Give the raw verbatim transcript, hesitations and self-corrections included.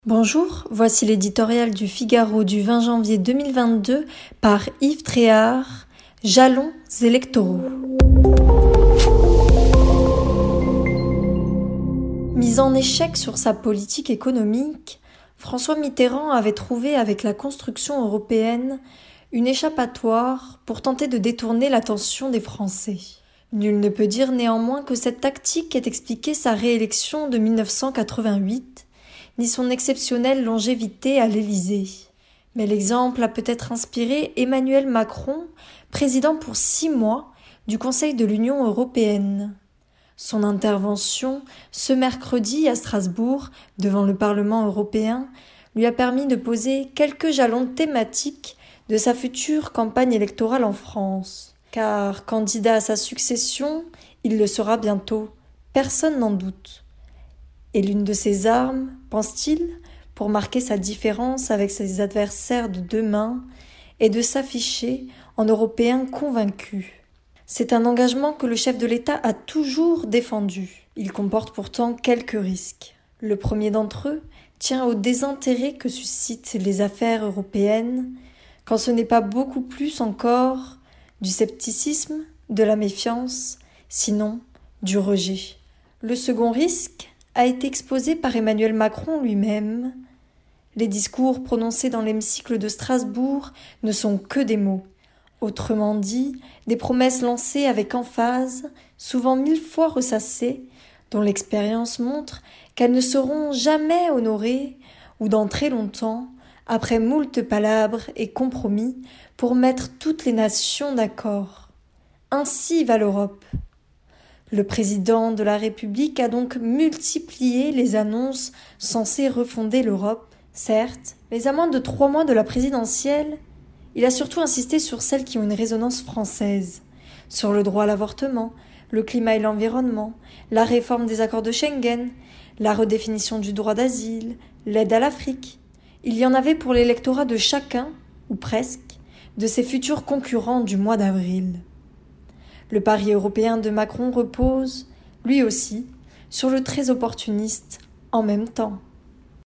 Bonjour, voici l'éditorial du Figaro du vingt janvier deux mille vingt-deux par Yves Tréhard, Jalons électoraux. Mis en échec sur sa politique économique, François Mitterrand avait trouvé avec la construction européenne une échappatoire pour tenter de détourner l'attention des Français. Nul ne peut dire néanmoins que cette tactique ait expliqué sa réélection de mille neuf cent quatre-vingt-huit, ni son exceptionnelle longévité à l'Élysée. Mais l'exemple a peut-être inspiré Emmanuel Macron, président pour six mois du Conseil de l'Union européenne. Son intervention, ce mercredi à Strasbourg, devant le Parlement européen, lui a permis de poser quelques jalons thématiques de sa future campagne électorale en France. Car, candidat à sa succession, il le sera bientôt, personne n'en doute. Et l'une de ses armes, pense-t-il, pour marquer sa différence avec ses adversaires de demain, est de s'afficher en Européen convaincu. C'est un engagement que le chef de l'État a toujours défendu. Il comporte pourtant quelques risques. Le premier d'entre eux tient au désintérêt que suscitent les affaires européennes, quand ce n'est pas beaucoup plus encore du scepticisme, de la méfiance, sinon du rejet. Le second risque a été exposé par Emmanuel Macron lui-même. Les discours prononcés dans l'hémicycle de Strasbourg ne sont que des mots. Autrement dit, des promesses lancées avec emphase, souvent mille fois ressassées, dont l'expérience montre qu'elles ne seront jamais honorées ou dans très longtemps, après moult palabres et compromis pour mettre toutes les nations d'accord. Ainsi va l'Europe. Le président de la République a donc multiplié les annonces censées refonder l'Europe, certes, mais à moins de trois mois de la présidentielle, il a surtout insisté sur celles qui ont une résonance française, sur le droit à l'avortement, le climat et l'environnement, la réforme des accords de Schengen, la redéfinition du droit d'asile, l'aide à l'Afrique. Il y en avait pour l'électorat de chacun, ou presque, de ses futurs concurrents du mois d'avril. Le pari européen de Macron repose, lui aussi, sur le très opportuniste « en même temps ».